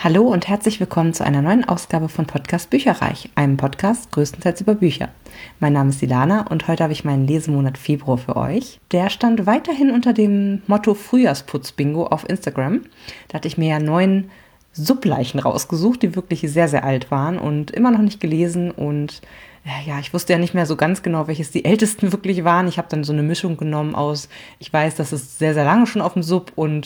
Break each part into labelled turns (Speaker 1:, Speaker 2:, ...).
Speaker 1: Hallo und herzlich willkommen zu einer neuen Ausgabe von Podcast Bücherreich, einem Podcast größtenteils über Bücher. Mein Name ist Ilana und heute habe ich meinen Lesemonat Februar für euch. Der stand weiterhin unter dem Motto Frühjahrsputz-Bingo auf Instagram. Da hatte ich mir ja 9 Subleichen rausgesucht, die wirklich sehr, sehr alt waren und immer noch nicht gelesen. Und ja, ich wusste ja nicht mehr so ganz genau, welches die ältesten wirklich waren. Ich habe dann so eine Mischung genommen aus, ich weiß, das ist sehr, sehr lange schon auf dem Sub und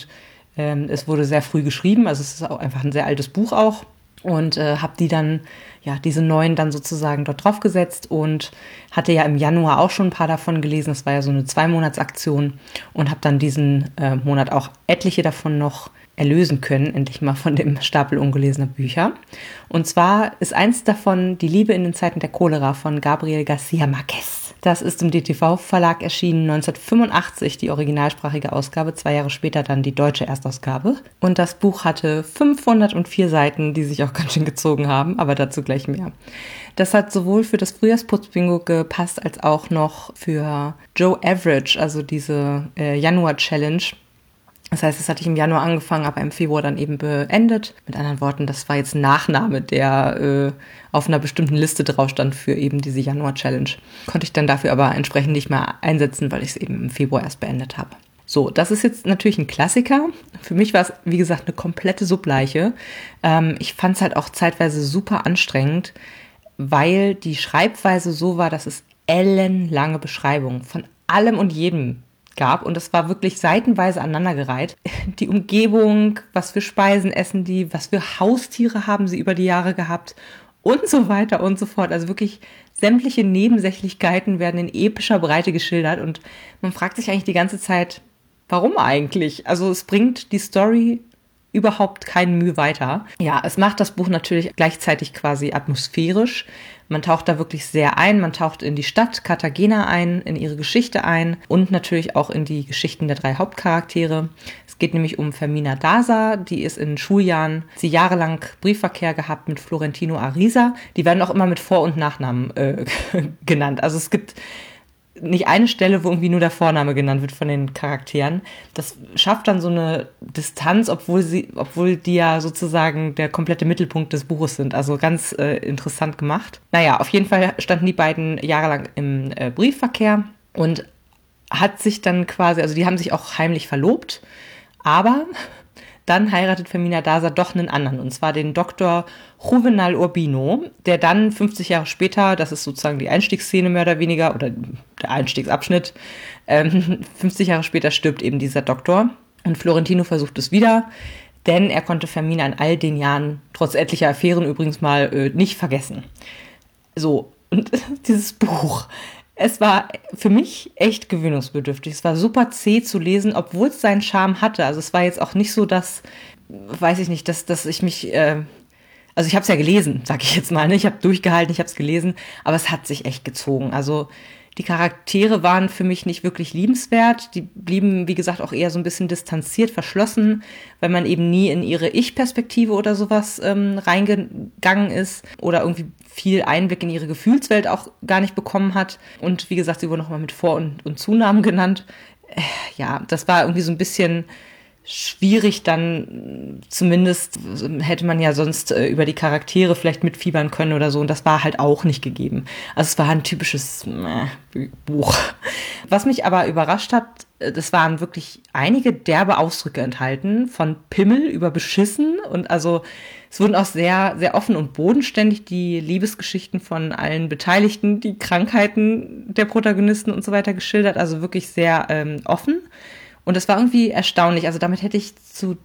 Speaker 1: es wurde sehr früh geschrieben, also es ist auch einfach ein sehr altes Buch auch. Und habe die dann, ja, diese 9 dann sozusagen dort drauf gesetzt und hatte ja im Januar auch schon ein paar davon gelesen. Das war ja so eine 2-Monats-Aktion und habe dann diesen Monat auch etliche davon noch erlösen können, endlich mal von dem Stapel ungelesener Bücher. Und zwar ist eins davon Die Liebe in den Zeiten der Cholera von Gabriel García Márquez. Das ist im DTV-Verlag erschienen 1985, die originalsprachige Ausgabe, 2 Jahre später dann die deutsche Erstausgabe. Und das Buch hatte 504 Seiten, die sich auch ganz schön gezogen haben, aber dazu gleich mehr. Das hat sowohl für das Frühjahrsputz-Bingo gepasst, als auch noch für Joe Average, also diese Januar-Challenge. Das heißt, das hatte ich im Januar angefangen, aber im Februar dann eben beendet. Mit anderen Worten, das war jetzt ein Nachname, der auf einer bestimmten Liste drauf stand für eben diese Januar-Challenge. Konnte ich dann dafür aber entsprechend nicht mehr einsetzen, weil ich es eben im Februar erst beendet habe. So, das ist jetzt natürlich ein Klassiker. Für mich war es, wie gesagt, eine komplette Subleiche. Ich fand es halt auch zeitweise super anstrengend, weil die Schreibweise so war, dass es ellenlange Beschreibungen von allem und jedem gab und es war wirklich seitenweise aneinandergereiht. Die Umgebung, was für Speisen essen die, was für Haustiere haben sie über die Jahre gehabt und so weiter und so fort. Also wirklich sämtliche Nebensächlichkeiten werden in epischer Breite geschildert und man fragt sich eigentlich die ganze Zeit, warum eigentlich? Also es bringt die Story überhaupt keinen Mühe weiter. Ja, es macht das Buch natürlich gleichzeitig quasi atmosphärisch. Man taucht da wirklich sehr ein. Man taucht in die Stadt Cartagena ein, in ihre Geschichte ein und natürlich auch in die Geschichten der 3 Hauptcharaktere. Es geht nämlich um Fermina Daza, die ist in Schuljahren, sie jahrelang Briefverkehr gehabt mit Florentino Ariza. Die werden auch immer mit Vor- und Nachnamen genannt. Also es gibt nicht eine Stelle, wo irgendwie nur der Vorname genannt wird von den Charakteren. Das schafft dann so eine Distanz, obwohl die ja sozusagen der komplette Mittelpunkt des Buches sind. Also ganz interessant gemacht. Naja, auf jeden Fall standen die beiden jahrelang im Briefverkehr und hat sich dann quasi, also die haben sich auch heimlich verlobt, aber dann heiratet Fermina Daza doch einen anderen, und zwar den Dr. Juvenal Urbino, der dann 50 Jahre später, das ist sozusagen die Einstiegsszene mehr oder weniger, oder der Einstiegsabschnitt, 50 Jahre später stirbt eben dieser Doktor. Und Florentino versucht es wieder, denn er konnte Fermina in all den Jahren, trotz etlicher Affären übrigens mal, nicht vergessen. So, und dieses Buch, es war für mich echt gewöhnungsbedürftig. Es war super zäh zu lesen, obwohl es seinen Charme hatte. Also es war jetzt auch nicht so, dass, weiß ich nicht, dass ich mich, also ich habe es ja gelesen, sag ich jetzt mal, ne? Ich habe durchgehalten, ich habe es gelesen, aber es hat sich echt gezogen. Also die Charaktere waren für mich nicht wirklich liebenswert. Die blieben, wie gesagt, auch eher so ein bisschen distanziert, verschlossen, weil man eben nie in ihre Ich-Perspektive oder sowas reingegangen ist oder irgendwie viel Einblick in ihre Gefühlswelt auch gar nicht bekommen hat. Und wie gesagt, sie wurden nochmal mit Vor- und Zunamen genannt. Ja, das war irgendwie so ein bisschen schwierig dann, zumindest hätte man ja sonst über die Charaktere vielleicht mitfiebern können oder so, und das war halt auch nicht gegeben. Also es war ein typisches Buch. Was mich aber überrascht hat, das waren wirklich einige derbe Ausdrücke enthalten, von Pimmel über beschissen, und also es wurden auch sehr, sehr offen und bodenständig die Liebesgeschichten von allen Beteiligten, die Krankheiten der Protagonisten und so weiter geschildert, also wirklich sehr offen. Und das war irgendwie erstaunlich. Also damit hätte ich zu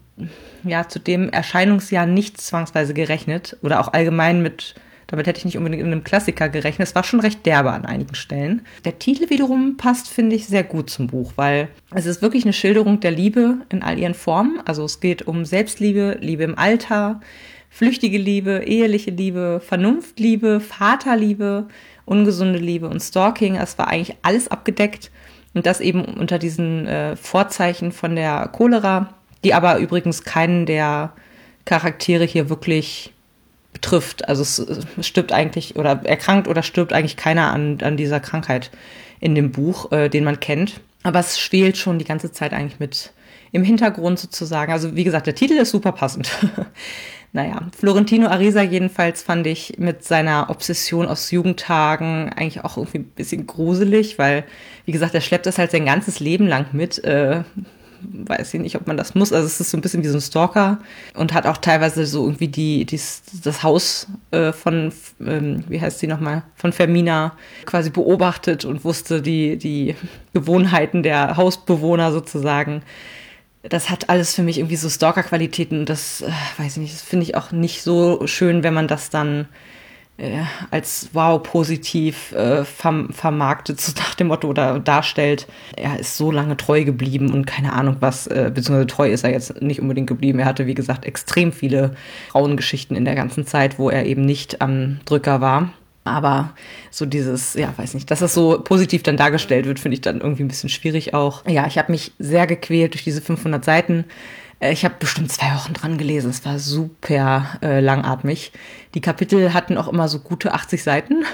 Speaker 1: dem Erscheinungsjahr nicht zwangsweise gerechnet. Oder auch allgemein damit hätte ich nicht unbedingt in einem Klassiker gerechnet. Es war schon recht derbe an einigen Stellen. Der Titel wiederum passt, finde ich, sehr gut zum Buch, weil es ist wirklich eine Schilderung der Liebe in all ihren Formen. Also es geht um Selbstliebe, Liebe im Alter, flüchtige Liebe, eheliche Liebe, Vernunftliebe, Vaterliebe, ungesunde Liebe und Stalking. Es war eigentlich alles abgedeckt. Und das eben unter diesen Vorzeichen von der Cholera, die aber übrigens keinen der Charaktere hier wirklich betrifft. Also es stirbt eigentlich, oder erkrankt oder stirbt eigentlich keiner an dieser Krankheit in dem Buch, den man kennt. Aber es schwelt schon die ganze Zeit eigentlich mit im Hintergrund sozusagen. Also wie gesagt, der Titel ist super passend. Naja, Florentino Ariza jedenfalls fand ich mit seiner Obsession aus Jugendtagen eigentlich auch irgendwie ein bisschen gruselig, weil, wie gesagt, er schleppt das halt sein ganzes Leben lang mit. Weiß ich nicht, ob man das muss. Also es ist so ein bisschen wie so ein Stalker und hat auch teilweise so irgendwie das Haus von, wie heißt sie nochmal, von Fermina quasi beobachtet und wusste die Gewohnheiten der Hausbewohner sozusagen. Das hat alles für mich irgendwie so Stalker-Qualitäten und das, weiß ich nicht, das finde ich auch nicht so schön, wenn man das dann als positiv vermarktet, so nach dem Motto oder darstellt. Er ist so lange treu geblieben und keine Ahnung was, beziehungsweise treu ist er jetzt nicht unbedingt geblieben. Er hatte, wie gesagt, extrem viele Frauengeschichten in der ganzen Zeit, wo er eben nicht am Drücker war. Aber so dieses, weiß nicht, dass das so positiv dann dargestellt wird, finde ich dann irgendwie ein bisschen schwierig auch. Ja, ich habe mich sehr gequält durch diese 500 Seiten. Ich habe bestimmt 2 Wochen dran gelesen. Es war super langatmig. Die Kapitel hatten auch immer so gute 80 Seiten.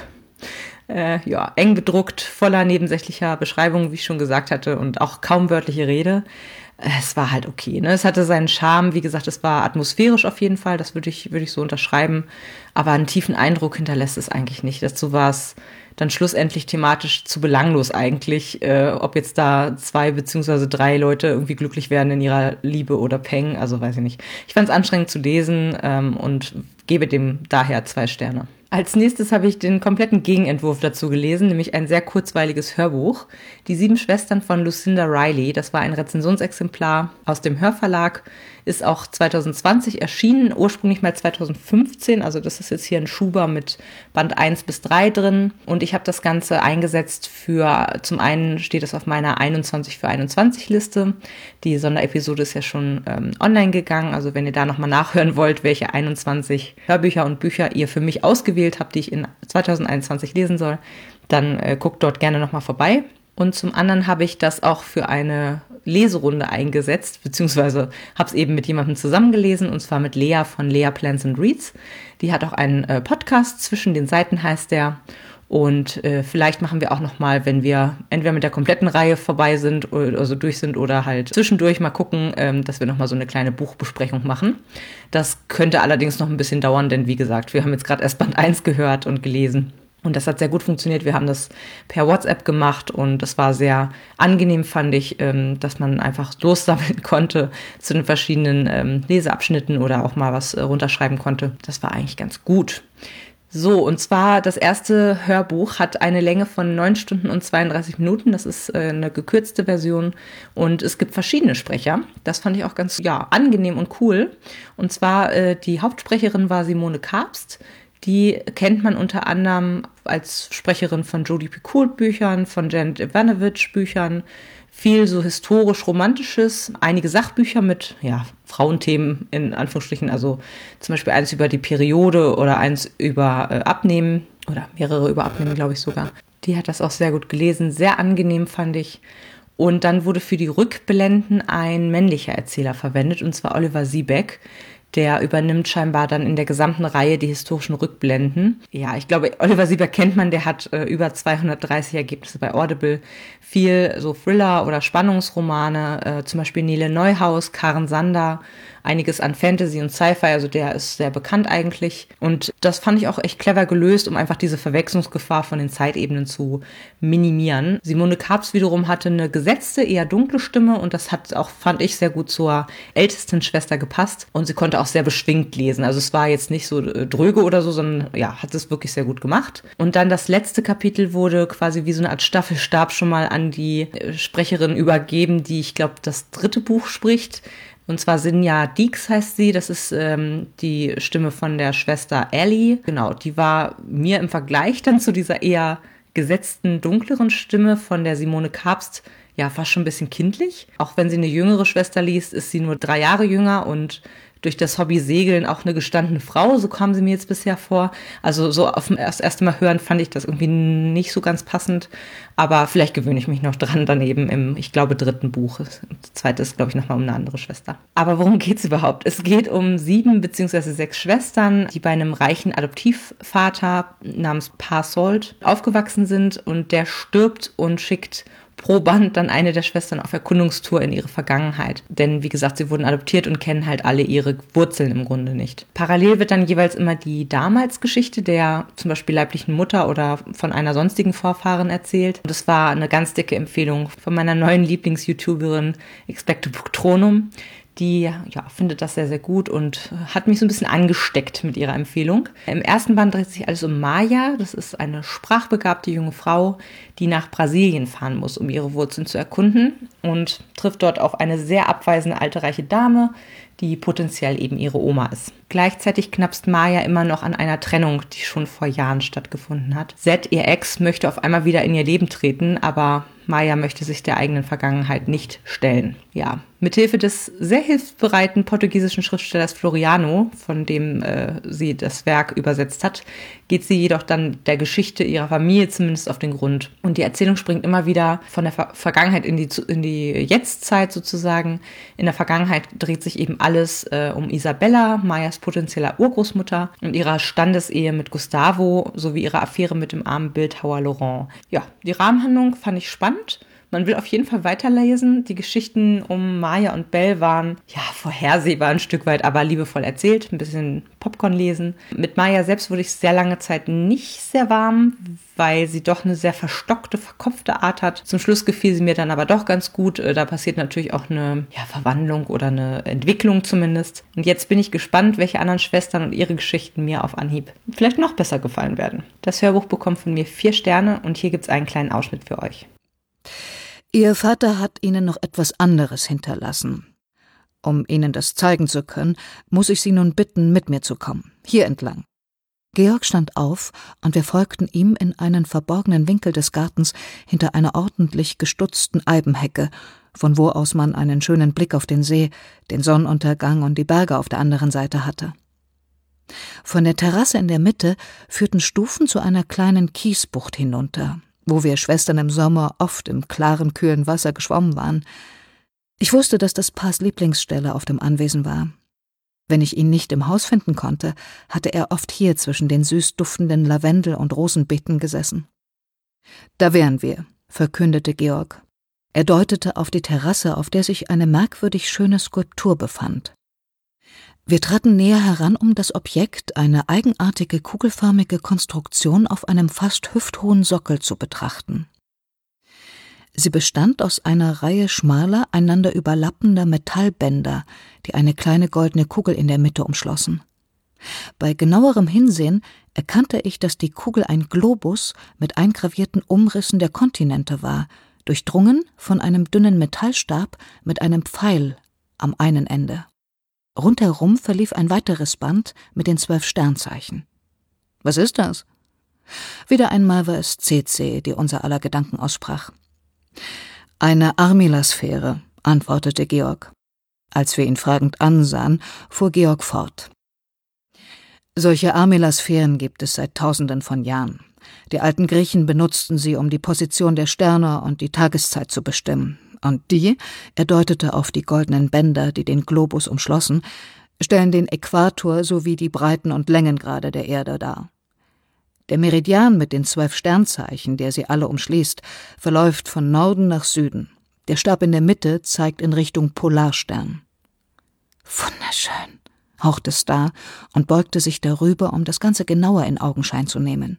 Speaker 1: Eng bedruckt, voller nebensächlicher Beschreibungen, wie ich schon gesagt hatte, und auch kaum wörtliche Rede. Es war halt okay, ne? Es hatte seinen Charme, wie gesagt, es war atmosphärisch auf jeden Fall, das würde ich so unterschreiben, aber einen tiefen Eindruck hinterlässt es eigentlich nicht. Dazu war es dann schlussendlich thematisch zu belanglos eigentlich, ob jetzt da 2 beziehungsweise 3 Leute irgendwie glücklich werden in ihrer Liebe oder Peng, also weiß ich nicht. Ich fand es anstrengend zu lesen und gebe dem daher 2 Sterne. Als nächstes habe ich den kompletten Gegenentwurf dazu gelesen, nämlich ein sehr kurzweiliges Hörbuch. Die 7 Schwestern von Lucinda Riley. Das war ein Rezensionsexemplar aus dem Hörverlag, ist auch 2020 erschienen, ursprünglich mal 2015. Also das ist jetzt hier ein Schuber mit Band 1 bis 3 drin. Und ich habe das Ganze eingesetzt zum einen steht es auf meiner 21 für 21 Liste. Die Sonderepisode ist ja schon online gegangen. Also wenn ihr da nochmal nachhören wollt, welche 21 Hörbücher und Bücher ihr für mich ausgewählt habt, die ich in 2021 lesen soll, dann guckt dort gerne nochmal vorbei. Und zum anderen habe ich das auch für eine Leserunde eingesetzt, beziehungsweise habe es eben mit jemandem zusammengelesen, und zwar mit Lea von Lea Plans and Reads. Die hat auch einen Podcast, zwischen den Seiten heißt der. Und vielleicht machen wir auch nochmal, wenn wir entweder mit der kompletten Reihe vorbei sind, also durch sind, oder halt zwischendurch mal gucken, dass wir nochmal so eine kleine Buchbesprechung machen. Das könnte allerdings noch ein bisschen dauern, denn wie gesagt, wir haben jetzt gerade erst Band 1 gehört und gelesen. Und das hat sehr gut funktioniert. Wir haben das per WhatsApp gemacht und das war sehr angenehm, fand ich, dass man einfach lossammeln konnte zu den verschiedenen Leseabschnitten oder auch mal was runterschreiben konnte. Das war eigentlich ganz gut. So, und zwar das erste Hörbuch hat eine Länge von 9 Stunden und 32 Minuten. Das ist eine gekürzte Version und es gibt verschiedene Sprecher. Das fand ich auch ganz angenehm und cool. Und zwar die Hauptsprecherin war Simone Kabst. Die kennt man unter anderem als Sprecherin von Jodi Picoult Büchern, von Janet Evanovich Büchern, viel so historisch-romantisches, einige Sachbücher mit Frauenthemen in Anführungsstrichen, also zum Beispiel eins über die Periode oder eins über Abnehmen oder mehrere über Abnehmen, glaube ich sogar. Die hat das auch sehr gut gelesen, sehr angenehm fand ich. Und dann wurde für die Rückblenden ein männlicher Erzähler verwendet, und zwar Oliver Siebeck. Der übernimmt scheinbar dann in der gesamten Reihe die historischen Rückblenden. Ja, ich glaube, Oliver Siebeck kennt man, der hat über 230 Ergebnisse bei Audible. Viel so Thriller- oder Spannungsromane, zum Beispiel Nele Neuhaus, Karen Sander, einiges an Fantasy und Sci-Fi, also der ist sehr bekannt eigentlich. Und das fand ich auch echt clever gelöst, um einfach diese Verwechslungsgefahr von den Zeitebenen zu minimieren. Simone Kabst wiederum hatte eine gesetzte, eher dunkle Stimme und das hat auch, fand ich, sehr gut zur ältesten Schwester gepasst. Und sie konnte auch sehr beschwingt lesen. Also es war jetzt nicht so dröge oder so, sondern hat es wirklich sehr gut gemacht. Und dann das letzte Kapitel wurde quasi wie so eine Art Staffelstab schon mal an die Sprecherin übergeben, die, ich glaube, das 3. Buch spricht. Und zwar Sinja Dieks heißt sie, das ist die Stimme von der Schwester Ellie. Genau, die war mir im Vergleich dann zu dieser eher gesetzten, dunkleren Stimme von der Simone Kabst fast schon ein bisschen kindlich. Auch wenn sie eine jüngere Schwester liest, ist sie nur 3 Jahre jünger und durch das Hobby Segeln auch eine gestandene Frau, so kam sie mir jetzt bisher vor. Also so auf das erste Mal hören fand ich das irgendwie nicht so ganz passend, aber vielleicht gewöhne ich mich noch dran daneben im, ich glaube, 3. Buch. Das 2. ist, glaube ich, nochmal um eine andere Schwester. Aber worum geht's überhaupt? Es geht um 7 bzw. 6 Schwestern, die bei einem reichen Adoptivvater namens Pa Salt aufgewachsen sind und der stirbt und schickt pro Band dann eine der Schwestern auf Erkundungstour in ihre Vergangenheit. Denn wie gesagt, sie wurden adoptiert und kennen halt alle ihre Wurzeln im Grunde nicht. Parallel wird dann jeweils immer die Damals-Geschichte der zum Beispiel leiblichen Mutter oder von einer sonstigen Vorfahren erzählt. Und das war eine ganz dicke Empfehlung von meiner neuen Lieblings-YouTuberin Expecto Patronum. Die findet das sehr, sehr gut und hat mich so ein bisschen angesteckt mit ihrer Empfehlung. Im ersten Band dreht sich alles um Maya. Das ist eine sprachbegabte junge Frau, die nach Brasilien fahren muss, um ihre Wurzeln zu erkunden und trifft dort auf eine sehr abweisende alte reiche Dame, die potenziell eben ihre Oma ist. Gleichzeitig knapst Maya immer noch an einer Trennung, die schon vor Jahren stattgefunden hat. Zed, ihr Ex, möchte auf einmal wieder in ihr Leben treten, aber Maya möchte sich der eigenen Vergangenheit nicht stellen. Ja, mithilfe des sehr hilfsbereiten portugiesischen Schriftstellers Floriano, von dem sie das Werk übersetzt hat, geht sie jedoch dann der Geschichte ihrer Familie zumindest auf den Grund. Und die Erzählung springt immer wieder von der Vergangenheit in die Jetztzeit sozusagen. In der Vergangenheit dreht sich eben alles um Isabella, Mayas potenzieller Urgroßmutter, und ihrer Standesehe mit Gustavo sowie ihrer Affäre mit dem armen Bildhauer Laurent. Ja, die Rahmenhandlung fand ich spannend. Man will auf jeden Fall weiterlesen. Die Geschichten um Maya und Belle waren vorhersehbar ein Stück weit, aber liebevoll erzählt. Ein bisschen Popcorn lesen. Mit Maya selbst wurde ich sehr lange Zeit nicht sehr warm, weil sie doch eine sehr verstockte, verkopfte Art hat. Zum Schluss gefiel sie mir dann aber doch ganz gut. Da passiert natürlich auch eine Verwandlung oder eine Entwicklung zumindest. Und jetzt bin ich gespannt, welche anderen Schwestern und ihre Geschichten mir auf Anhieb vielleicht noch besser gefallen werden. Das Hörbuch bekommt von mir 4 Sterne und hier gibt es einen kleinen Ausschnitt für euch.
Speaker 2: Ihr Vater hat Ihnen noch etwas anderes hinterlassen. Um Ihnen das zeigen zu können, muss ich Sie nun bitten, mit mir zu kommen. Hier entlang. Georg stand auf, und wir folgten ihm in einen verborgenen Winkel des Gartens hinter einer ordentlich gestutzten Eibenhecke, von wo aus man einen schönen Blick auf den See, den Sonnenuntergang und die Berge auf der anderen Seite hatte. Von der Terrasse in der Mitte führten Stufen zu einer kleinen Kiesbucht hinunter, wo wir Schwestern im Sommer oft im klaren, kühlen Wasser geschwommen waren. Ich wusste, dass das Paars Lieblingsstelle auf dem Anwesen war. Wenn ich ihn nicht im Haus finden konnte, hatte er oft hier zwischen den süß duftenden Lavendel- und Rosenbeeten gesessen. »Da wären wir«, verkündete Georg. Er deutete auf die Terrasse, auf der sich eine merkwürdig schöne Skulptur befand. Wir traten näher heran, um das Objekt, eine eigenartige kugelförmige Konstruktion auf einem fast hüfthohen Sockel, zu betrachten. Sie bestand aus einer Reihe schmaler, einander überlappender Metallbänder, die eine kleine goldene Kugel in der Mitte umschlossen. Bei genauerem Hinsehen erkannte ich, dass die Kugel ein Globus mit eingravierten Umrissen der Kontinente war, durchdrungen von einem dünnen Metallstab mit einem Pfeil am einen Ende. Rundherum verlief ein weiteres Band mit den 12 Sternzeichen. »Was ist das?« Wieder einmal war es CC, die unser aller Gedanken aussprach. »Eine Armilasphäre«, antwortete Georg. Als wir ihn fragend ansahen, fuhr Georg fort. »Solche Armilasphären gibt es seit Tausenden von Jahren. Die alten Griechen benutzten sie, um die Position der Sterne und die Tageszeit zu bestimmen. Und die«, er deutete auf die goldenen Bänder, die den Globus umschlossen, »stellen den Äquator sowie die Breiten- und Längengrade der Erde dar. Der Meridian mit den 12 Sternzeichen, der sie alle umschließt, verläuft von Norden nach Süden. Der Stab in der Mitte zeigt in Richtung Polarstern.« »Wunderschön«, hauchte Star und beugte sich darüber, um das Ganze genauer in Augenschein zu nehmen.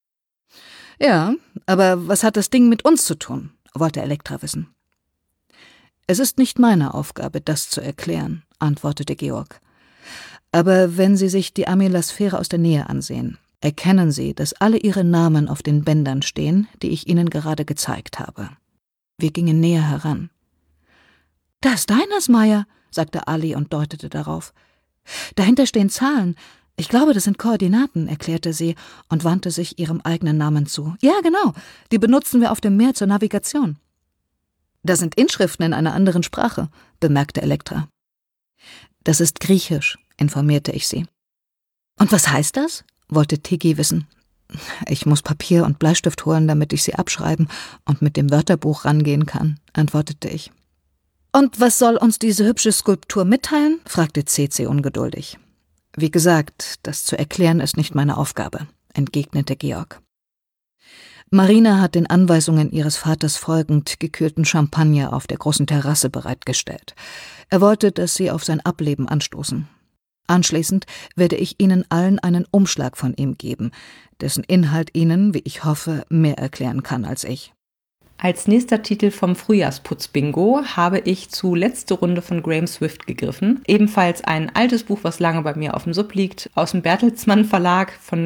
Speaker 2: »Ja, aber was hat das Ding mit uns zu tun?« wollte Elektra wissen. »Es ist nicht meine Aufgabe, das zu erklären«, antwortete Georg. »Aber wenn Sie sich die Armilasphäre aus der Nähe ansehen, erkennen Sie, dass alle Ihre Namen auf den Bändern stehen, die ich Ihnen gerade gezeigt habe.« Wir gingen näher heran. »Da ist deines, Maya«, sagte Ali und deutete darauf. »Dahinter stehen Zahlen. Ich glaube, das sind Koordinaten«, erklärte sie und wandte sich ihrem eigenen Namen zu. »Ja, genau. Die benutzen wir auf dem Meer zur Navigation.« »Das sind Inschriften in einer anderen Sprache«, bemerkte Elektra. »Das ist Griechisch«, informierte ich sie. »Und was heißt das?« wollte Tiggy wissen. »Ich muss Papier und Bleistift holen, damit ich sie abschreiben und mit dem Wörterbuch rangehen kann«, antwortete ich. »Und was soll uns diese hübsche Skulptur mitteilen?« fragte CC ungeduldig. »Wie gesagt, das zu erklären ist nicht meine Aufgabe«, entgegnete Georg. Marina hat den Anweisungen ihres Vaters folgend gekühlten Champagner auf der großen Terrasse bereitgestellt. Er wollte, dass sie auf sein Ableben anstoßen. Anschließend werde ich Ihnen allen einen Umschlag von ihm geben, dessen Inhalt Ihnen, wie ich hoffe, mehr erklären kann als ich.
Speaker 1: Als nächster Titel vom Frühjahrsputz-Bingo habe ich zu Letzte Runde von Graham Swift gegriffen. Ebenfalls ein altes Buch, was lange bei mir auf dem Sub liegt, aus dem Bertelsmann Verlag von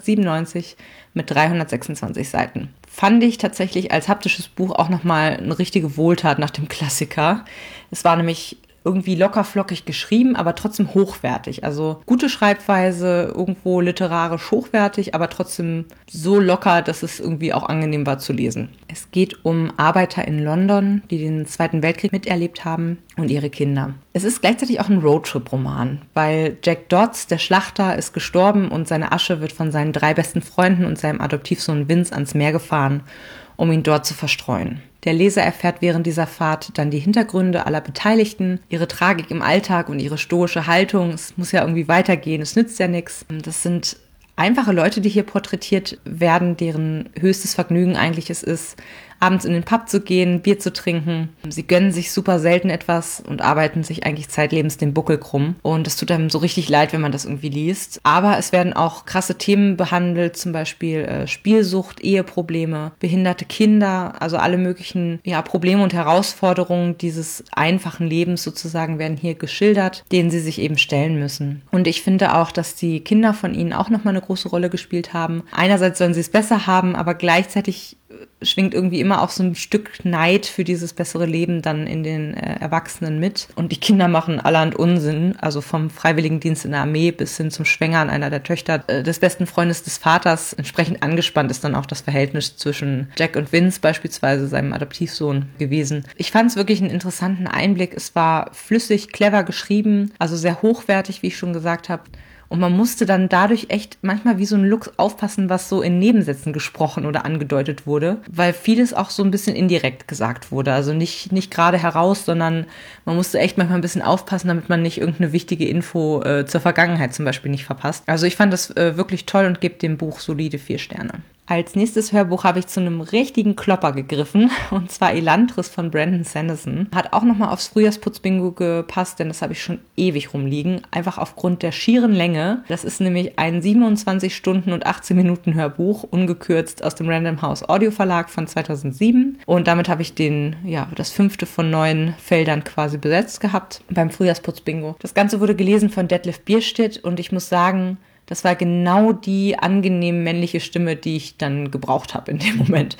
Speaker 1: 1997 mit 326 Seiten. Fand ich tatsächlich als haptisches Buch auch nochmal eine richtige Wohltat nach dem Klassiker. Es war nämlich irgendwie lockerflockig geschrieben, aber trotzdem hochwertig. Also gute Schreibweise, irgendwo literarisch hochwertig, aber trotzdem so locker, dass es irgendwie auch angenehm war zu lesen. Es geht um Arbeiter in London, die den Zweiten Weltkrieg miterlebt haben und ihre Kinder. Es ist gleichzeitig auch ein Roadtrip-Roman, weil Jack Dodds, der Schlachter, ist gestorben und seine Asche wird von seinen 3 besten Freunden und seinem Adoptivsohn Vince ans Meer gefahren, um ihn dort zu verstreuen. Der Leser erfährt während dieser Fahrt dann die Hintergründe aller Beteiligten, ihre Tragik im Alltag und ihre stoische Haltung. Es muss ja irgendwie weitergehen, es nützt ja nichts. Das sind einfache Leute, die hier porträtiert werden, deren höchstes Vergnügen eigentlich es ist, abends in den Pub zu gehen, Bier zu trinken. Sie gönnen sich super selten etwas und arbeiten sich eigentlich zeitlebens den Buckel krumm. Und das tut einem so richtig leid, wenn man das irgendwie liest. Aber es werden auch krasse Themen behandelt, zum Beispiel Spielsucht, Eheprobleme, behinderte Kinder, also alle möglichen Probleme und Herausforderungen dieses einfachen Lebens sozusagen werden hier geschildert, denen sie sich eben stellen müssen. Und ich finde auch, dass die Kinder von ihnen auch nochmal eine große Rolle gespielt haben. Einerseits sollen sie es besser haben, aber gleichzeitig schwingt irgendwie immer auch so ein Stück Neid für dieses bessere Leben dann in den Erwachsenen mit. Und die Kinder machen allerhand Unsinn, also vom Freiwilligendienst in der Armee bis hin zum Schwängern einer der Töchter des besten Freundes des Vaters. Entsprechend angespannt ist dann auch das Verhältnis zwischen Jack und Vince, beispielsweise seinem Adoptivsohn, gewesen. Ich fand es wirklich einen interessanten Einblick. Es war flüssig, clever geschrieben, also sehr hochwertig, wie ich schon gesagt habe. Und man musste dann dadurch echt manchmal wie so ein Luchs aufpassen, was so in Nebensätzen gesprochen oder angedeutet wurde, weil vieles auch so ein bisschen indirekt gesagt wurde. Also nicht gerade heraus, sondern man musste echt manchmal ein bisschen aufpassen, damit man nicht irgendeine wichtige Info zur Vergangenheit zum Beispiel nicht verpasst. Also ich fand das wirklich toll und gebe dem Buch solide 4 Sterne. Als nächstes Hörbuch habe ich zu einem richtigen Klopper gegriffen, und zwar Elantris von Brandon Sanderson. Hat auch nochmal aufs Frühjahrsputz-Bingo gepasst, denn das habe ich schon ewig rumliegen, einfach aufgrund der schieren Länge. Das ist nämlich ein 27 Stunden und 18 Minuten Hörbuch, ungekürzt aus dem Random House Audio Verlag von 2007. Und damit habe ich das 5. von 9 Feldern quasi besetzt gehabt beim Frühjahrsputz-Bingo. Das Ganze wurde gelesen von Detlef Bierstedt und ich muss sagen, das war genau die angenehm männliche Stimme, die ich dann gebraucht habe in dem Moment.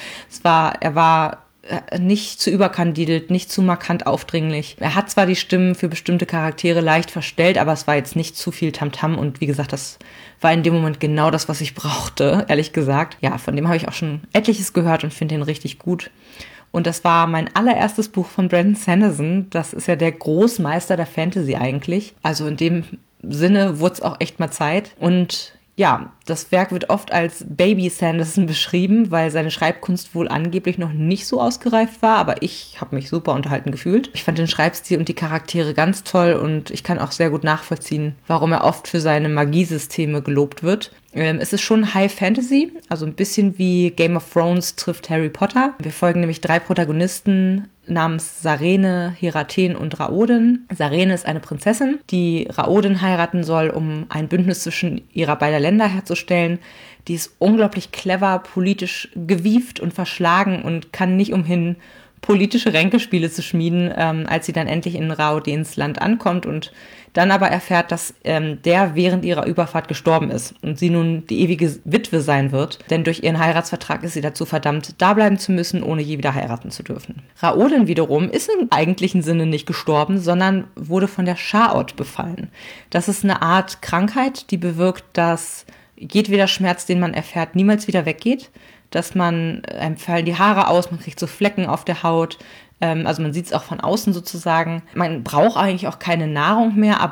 Speaker 1: Er war nicht zu überkandidelt, nicht zu markant aufdringlich. Er hat zwar die Stimmen für bestimmte Charaktere leicht verstellt, aber es war jetzt nicht zu viel Tamtam und wie gesagt, das war in dem Moment genau das, was ich brauchte, ehrlich gesagt. Ja, von dem habe ich auch schon etliches gehört und finde ihn richtig gut. Und das war mein allererstes Buch von Brandon Sanderson. Das ist ja der Großmeister der Fantasy eigentlich. Also in dem Sinne wurde es auch echt mal Zeit. Und ja, das Werk wird oft als Baby Sanderson beschrieben, weil seine Schreibkunst wohl angeblich noch nicht so ausgereift war, aber ich habe mich super unterhalten gefühlt. Ich fand den Schreibstil und die Charaktere ganz toll und ich kann auch sehr gut nachvollziehen, warum er oft für seine Magiesysteme gelobt wird. Es ist schon High Fantasy, also ein bisschen wie Game of Thrones trifft Harry Potter. Wir folgen nämlich 3 Protagonisten namens Sarene, Hiraten und Raoden. Sarene ist eine Prinzessin, die Raoden heiraten soll, um ein Bündnis zwischen ihrer beiden Länder herzustellen. Die ist unglaublich clever, politisch gewieft und verschlagen und kann nicht umhin, politische Ränkespiele zu schmieden, als sie dann endlich in Raodens Land ankommt und dann aber erfährt, dass der während ihrer Überfahrt gestorben ist und sie nun die ewige Witwe sein wird, denn durch ihren Heiratsvertrag ist sie dazu verdammt, da bleiben zu müssen, ohne je wieder heiraten zu dürfen. Raoden wiederum ist im eigentlichen Sinne nicht gestorben, sondern wurde von der Chaot befallen. Das ist eine Art Krankheit, die bewirkt, dass jedweder Schmerz, den man erfährt, niemals wieder weggeht, dass einem fallen die Haare aus, man kriegt so Flecken auf der Haut, also man sieht es auch von außen sozusagen. Man braucht eigentlich auch keine Nahrung mehr, aber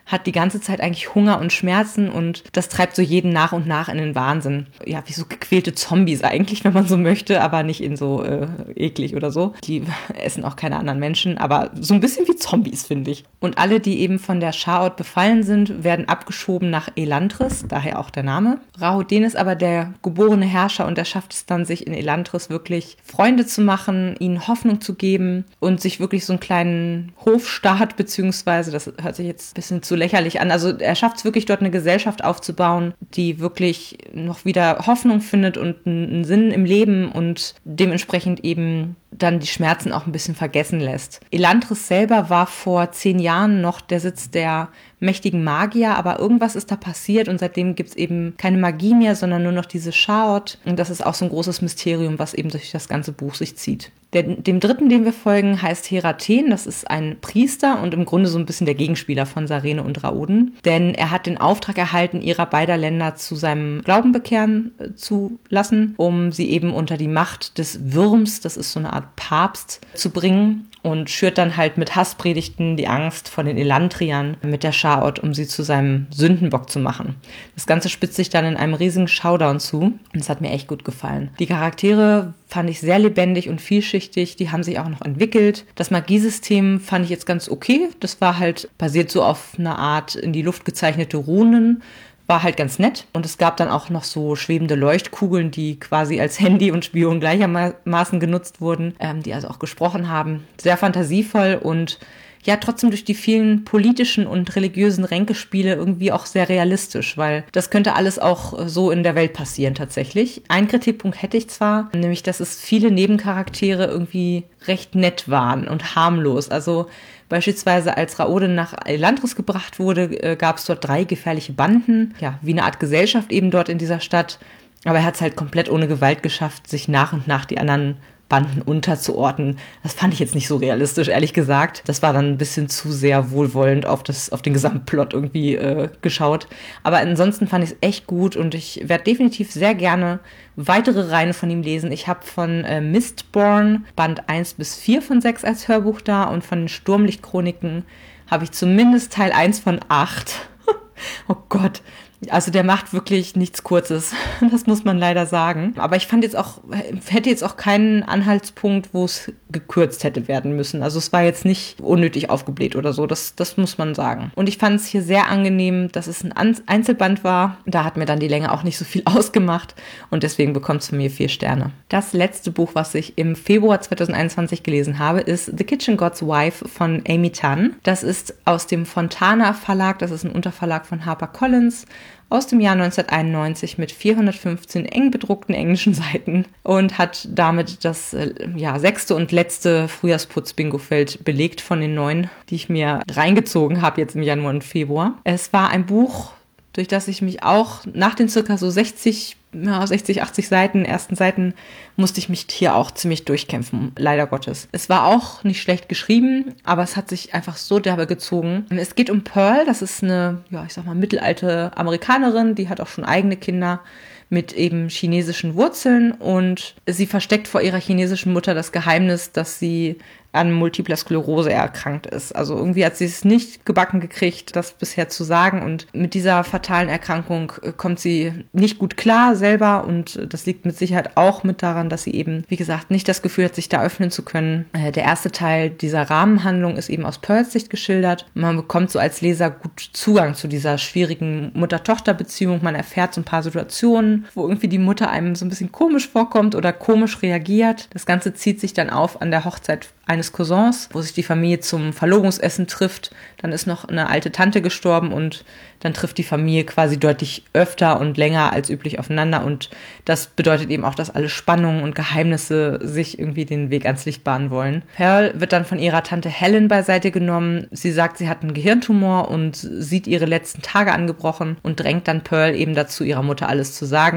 Speaker 1: hat die ganze Zeit eigentlich Hunger und Schmerzen und das treibt so jeden nach und nach in den Wahnsinn. Ja, wie so gequälte Zombies eigentlich, wenn man so möchte, aber nicht in so eklig oder so. Die essen auch keine anderen Menschen, aber so ein bisschen wie Zombies, finde ich. Und alle, die eben von der Sha'ot befallen sind, werden abgeschoben nach Elantris, daher auch der Name. Rahoden ist aber der geborene Herrscher und er schafft es dann, sich in Elantris wirklich Freunde zu machen, ihnen Hoffnung zu geben und sich wirklich so einen kleinen Hofstaat, beziehungsweise, das hört sich jetzt ein bisschen zu lächerlich an, also er schafft es wirklich, dort eine Gesellschaft aufzubauen, die wirklich noch wieder Hoffnung findet und einen Sinn im Leben und dementsprechend eben dann die Schmerzen auch ein bisschen vergessen lässt. Elantris selber war vor 10 Jahren noch der Sitz der mächtigen Magier, aber irgendwas ist da passiert und seitdem gibt es eben keine Magie mehr, sondern nur noch diese Sha'ot und das ist auch so ein großes Mysterium, was eben durch das ganze Buch sich zieht. Dem dritten, dem wir folgen, heißt Heraten. Das ist ein Priester und im Grunde so ein bisschen der Gegenspieler von Sarene und Raoden. Denn er hat den Auftrag erhalten, ihrer beider Länder zu seinem Glauben bekehren zu lassen, um sie eben unter die Macht des Würms, das ist so eine Art Papst, zu bringen. Und schürt dann halt mit Hasspredigten die Angst vor den Elantriern mit der Sha'ot, um sie zu seinem Sündenbock zu machen. Das Ganze spitzt sich dann in einem riesigen Showdown zu und es hat mir echt gut gefallen. Die Charaktere fand ich sehr lebendig und vielschichtig, die haben sich auch noch entwickelt. Das Magiesystem fand ich jetzt ganz okay, das war halt basiert so auf einer Art in die Luft gezeichnete Runen, war halt ganz nett und es gab dann auch noch so schwebende Leuchtkugeln, die quasi als Handy und Spion gleichermaßen genutzt wurden, die also auch gesprochen haben. Sehr fantasievoll und ja, trotzdem durch die vielen politischen und religiösen Ränkespiele irgendwie auch sehr realistisch, weil das könnte alles auch so in der Welt passieren tatsächlich. Einen Kritikpunkt hätte ich zwar, nämlich, dass es viele Nebencharaktere irgendwie recht nett waren und harmlos. Also beispielsweise als Raoden nach Elantris gebracht wurde, gab es dort 3 gefährliche Banden, ja, wie eine Art Gesellschaft eben dort in dieser Stadt. Aber er hat es halt komplett ohne Gewalt geschafft, sich nach und nach die anderen Banden unterzuordnen. Das fand ich jetzt nicht so realistisch, ehrlich gesagt. Das war dann ein bisschen zu sehr wohlwollend auf den Gesamtplot irgendwie geschaut. Aber ansonsten fand ich es echt gut und ich werde definitiv sehr gerne weitere Reihen von ihm lesen. Ich habe von Mistborn Band 1 bis 4 von 6 als Hörbuch da und von den Sturmlichtchroniken habe ich zumindest Teil 1 von 8. Oh Gott. Also der macht wirklich nichts Kurzes, das muss man leider sagen. Aber ich hätte jetzt auch keinen Anhaltspunkt, wo es gekürzt hätte werden müssen. Also es war jetzt nicht unnötig aufgebläht oder so, das muss man sagen. Und ich fand es hier sehr angenehm, dass es ein Einzelband war. Da hat mir dann die Länge auch nicht so viel ausgemacht und deswegen bekommt es von mir 4 Sterne. Das letzte Buch, was ich im Februar 2021 gelesen habe, ist The Kitchen God's Wife von Amy Tan. Das ist aus dem Fontana Verlag, das ist ein Unterverlag von HarperCollins, aus dem Jahr 1991 mit 415 eng bedruckten englischen Seiten und hat damit das 6. und letzte Frühjahrsputz-Bingo-Feld belegt von den 9, die ich mir reingezogen habe jetzt im Januar und Februar. Es war ein Buch, durch das ich mich auch nach den circa so 60, 80 Seiten, ersten Seiten, musste ich mich hier auch ziemlich durchkämpfen, leider Gottes. Es war auch nicht schlecht geschrieben, aber es hat sich einfach so derbe gezogen. Es geht um Pearl, das ist eine, mittelalte Amerikanerin, die hat auch schon eigene Kinder mit eben chinesischen Wurzeln und sie versteckt vor ihrer chinesischen Mutter das Geheimnis, dass sie an Multipler Sklerose erkrankt ist. Also irgendwie hat sie es nicht gebacken gekriegt, das bisher zu sagen und mit dieser fatalen Erkrankung kommt sie nicht gut klar selber und das liegt mit Sicherheit auch mit daran, dass sie eben, wie gesagt, nicht das Gefühl hat, sich da öffnen zu können. Der erste Teil dieser Rahmenhandlung ist eben aus Pearls Sicht geschildert. Man bekommt so als Leser gut Zugang zu dieser schwierigen Mutter-Tochter-Beziehung. Man erfährt so ein paar Situationen, wo irgendwie die Mutter einem so ein bisschen komisch vorkommt oder komisch reagiert. Das Ganze zieht sich dann auf an der Hochzeit eines Cousins, wo sich die Familie zum Verlobungsessen trifft. Dann ist noch eine alte Tante gestorben und dann trifft die Familie quasi deutlich öfter und länger als üblich aufeinander. Und das bedeutet eben auch, dass alle Spannungen und Geheimnisse sich irgendwie den Weg ans Licht bahnen wollen. Pearl wird dann von ihrer Tante Helen beiseite genommen. Sie sagt, sie hat einen Gehirntumor und sieht ihre letzten Tage angebrochen und drängt dann Pearl eben dazu, ihrer Mutter alles zu sagen,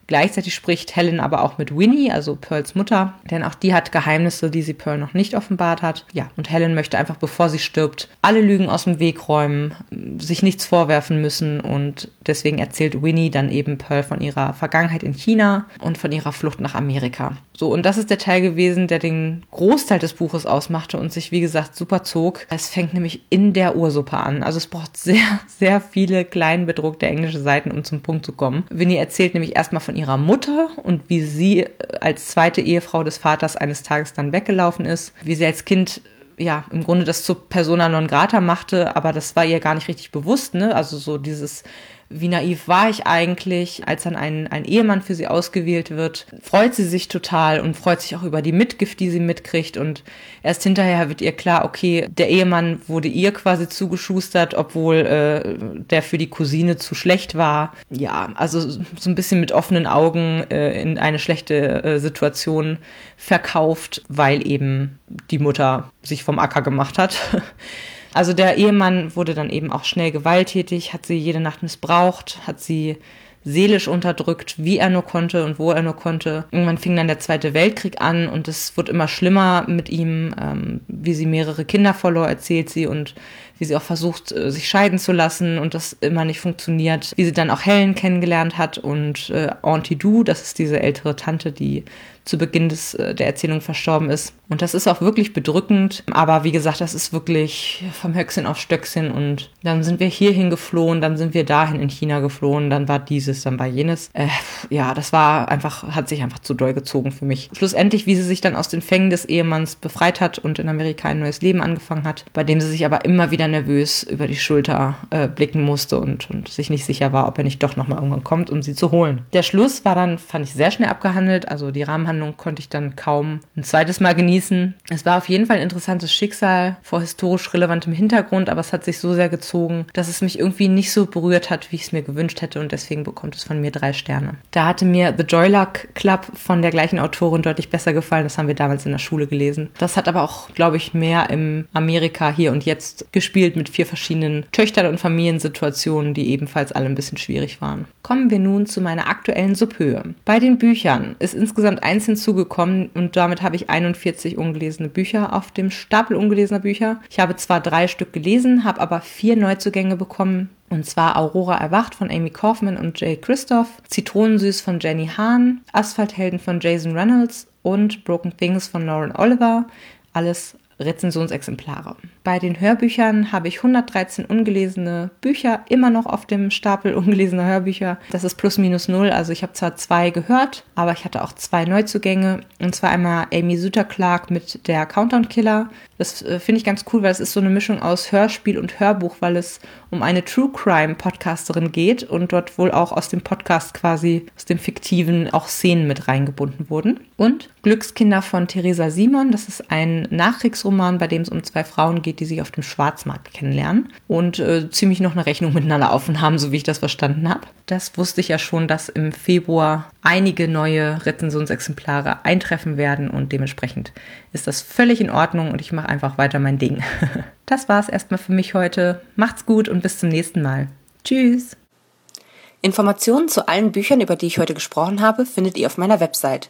Speaker 1: Gleichzeitig spricht Helen aber auch mit Winnie, also Pearls Mutter, denn auch die hat Geheimnisse, die sie Pearl noch nicht offenbart hat. Ja, und Helen möchte einfach, bevor sie stirbt, alle Lügen aus dem Weg räumen, sich nichts vorwerfen müssen und deswegen erzählt Winnie dann eben Pearl von ihrer Vergangenheit in China und von ihrer Flucht nach Amerika. So, und das ist der Teil gewesen, der den Großteil des Buches ausmachte und sich, wie gesagt, super zog. Es fängt nämlich in der Ursuppe an. Also es braucht sehr, sehr viele klein bedruckte englische Seiten, um zum Punkt zu kommen. Winnie erzählt nämlich erstmal von ihrer Mutter und wie sie als zweite Ehefrau des Vaters eines Tages dann weggelaufen ist, wie sie als Kind ja im Grunde das zur Persona non grata machte, aber das war ihr gar nicht richtig bewusst, ne? Also so dieses, wie naiv war ich eigentlich, als dann ein Ehemann für sie ausgewählt wird, freut sie sich total und freut sich auch über die Mitgift, die sie mitkriegt und erst hinterher wird ihr klar, okay, der Ehemann wurde ihr quasi zugeschustert, obwohl der für die Cousine zu schlecht war. Ja, also so ein bisschen mit offenen Augen in eine schlechte Situation verkauft, weil eben die Mutter sich vom Acker gemacht hat. Also der Ehemann wurde dann eben auch schnell gewalttätig, hat sie jede Nacht missbraucht, hat sie seelisch unterdrückt, wie er nur konnte und wo er nur konnte. Irgendwann fing dann der Zweite Weltkrieg an und es wird immer schlimmer mit ihm, wie sie mehrere Kinder verlor, erzählt sie, und wie sie auch versucht, sich scheiden zu lassen und das immer nicht funktioniert. Wie sie dann auch Helen kennengelernt hat und Auntie Du, das ist diese ältere Tante, die zu Beginn der Erzählung verstorben ist. Und das ist auch wirklich bedrückend. Aber wie gesagt, das ist wirklich vom Höchstchen auf Stöckchen. Und dann sind wir hierhin geflohen, dann sind wir dahin in China geflohen, dann war dieses, dann war jenes. Ja, das war einfach, hat sich einfach zu doll gezogen für mich. Schlussendlich, wie sie sich dann aus den Fängen des Ehemanns befreit hat und in Amerika ein neues Leben angefangen hat, bei dem sie sich aber immer wieder nervös über die Schulter blicken musste und sich nicht sicher war, ob er nicht doch nochmal irgendwann kommt, um sie zu holen. Der Schluss war dann, fand ich, sehr schnell abgehandelt. Also die Rahmenhandlung konnte ich dann kaum ein zweites Mal genießen. Es war auf jeden Fall ein interessantes Schicksal vor historisch relevantem Hintergrund, aber es hat sich so sehr gezogen, dass es mich irgendwie nicht so berührt hat, wie ich es mir gewünscht hätte, und deswegen bekommt es von mir 3 Sterne. Da hatte mir The Joy Luck Club von der gleichen Autorin deutlich besser gefallen. Das haben wir damals in der Schule gelesen. Das hat aber auch, glaube ich, mehr im Amerika hier und jetzt gespielt mit 4 verschiedenen Töchtern und Familiensituationen, die ebenfalls alle ein bisschen schwierig waren. Kommen wir nun zu meiner aktuellen Subhöhe. Bei den Büchern ist insgesamt 1 hinzugekommen und damit habe ich 41 ungelesene Bücher auf dem Stapel ungelesener Bücher. Ich habe zwar 3 Stück gelesen, habe aber 4 Neuzugänge bekommen. Und zwar Aurora erwacht von Amy Kaufman und Jay Kristoff, Zitronensüß von Jenny Han, Asphalthelden von Jason Reynolds und Broken Things von Lauren Oliver. Alles Rezensionsexemplare. Bei den Hörbüchern habe ich 113 ungelesene Bücher immer noch auf dem Stapel ungelesener Hörbücher. Das ist plus minus 0, also ich habe zwar 2 gehört, aber ich hatte auch 2 Neuzugänge. Und zwar einmal Amy Suter-Clark mit der Countdown Killer. Das finde ich ganz cool, weil es ist so eine Mischung aus Hörspiel und Hörbuch, weil es um eine True Crime Podcasterin geht und dort wohl auch aus dem Podcast quasi, aus dem Fiktiven, auch Szenen mit reingebunden wurden. Und Glückskinder von Theresa Simon, das ist ein Nachkriegsroman, bei dem es um 2 Frauen geht, die sich auf dem Schwarzmarkt kennenlernen und ziemlich noch eine Rechnung miteinander offen haben, so wie ich das verstanden habe. Das wusste ich ja schon, dass im Februar einige neue Rezensionsexemplare eintreffen werden und dementsprechend ist das völlig in Ordnung und ich mache einfach weiter mein Ding. Das war's erstmal für mich heute. Macht's gut und bis zum nächsten Mal. Tschüss!
Speaker 3: Informationen zu allen Büchern, über die ich heute gesprochen habe, findet ihr auf meiner Website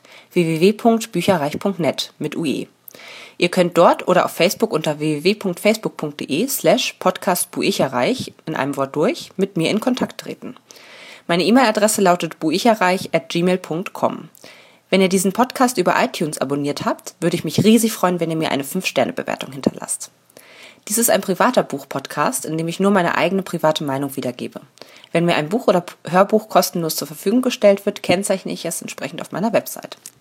Speaker 3: www.bücherreich.net mit UE. Ihr könnt dort oder auf Facebook unter www.facebook.de/podcastbuicherreich in einem Wort durch mit mir in Kontakt treten. Meine E-Mail-Adresse lautet buicherreich@gmail.com. Wenn ihr diesen Podcast über iTunes abonniert habt, würde ich mich riesig freuen, wenn ihr mir eine 5-Sterne-Bewertung hinterlasst. Dies ist ein privater Buch-Podcast, in dem ich nur meine eigene private Meinung wiedergebe. Wenn mir ein Buch oder Hörbuch kostenlos zur Verfügung gestellt wird, kennzeichne ich es entsprechend auf meiner Website.